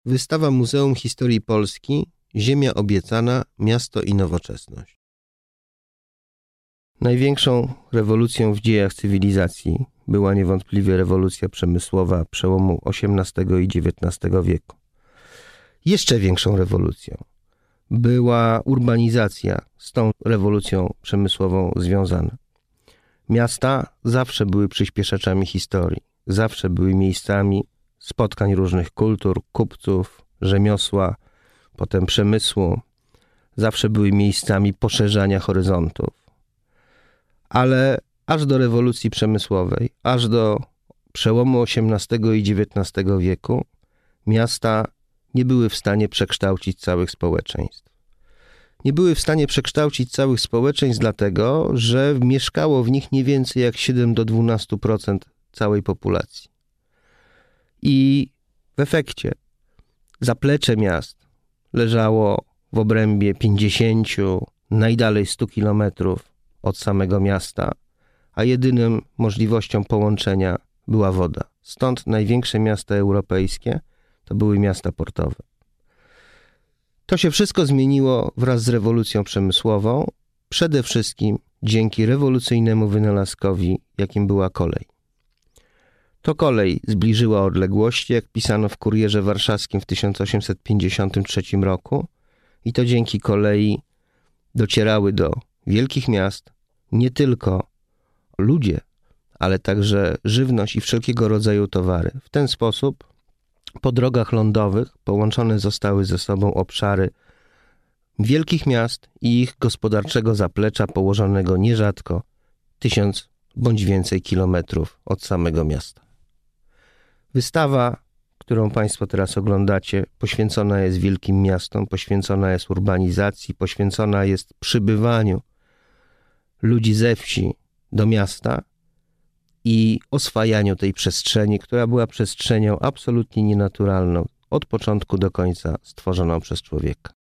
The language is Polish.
Wystawa Muzeum Historii Polski Ziemia obiecana, miasto i nowoczesność. Największą rewolucją w dziejach cywilizacji była niewątpliwie rewolucja przemysłowa przełomu XVIII i XIX wieku. Jeszcze większą rewolucją była urbanizacja z tą rewolucją przemysłową związana. Miasta zawsze były przyspieszaczami historii, zawsze były miejscami spotkań różnych kultur, kupców, rzemiosła, potem przemysłu. Zawsze były miejscami poszerzania horyzontów. Ale aż do rewolucji przemysłowej, aż do przełomu XVIII i XIX wieku miasta nie były w stanie przekształcić całych społeczeństw. Nie były w stanie przekształcić całych społeczeństw dlatego, że mieszkało w nich nie więcej jak 7 do 12% całej populacji. I w efekcie zaplecze miast leżało w obrębie 50, najdalej 100 kilometrów od samego miasta, a jedyną możliwością połączenia była woda. Stąd największe miasta europejskie to były miasta portowe. To się wszystko zmieniło wraz z rewolucją przemysłową, przede wszystkim dzięki rewolucyjnemu wynalazkowi, jakim była kolej. To kolej zbliżyła odległości, jak pisano w Kurierze Warszawskim w 1853 roku, i to dzięki kolei docierały do wielkich miast nie tylko ludzie, ale także żywność i wszelkiego rodzaju towary. W ten sposób po drogach lądowych połączone zostały ze sobą obszary wielkich miast i ich gospodarczego zaplecza położonego nierzadko 1000 bądź więcej kilometrów od samego miasta. Wystawa, którą Państwo teraz oglądacie, poświęcona jest wielkim miastom, poświęcona jest urbanizacji, poświęcona jest przybywaniu ludzi ze wsi do miasta i oswajaniu tej przestrzeni, która była przestrzenią absolutnie nienaturalną, od początku do końca stworzoną przez człowieka.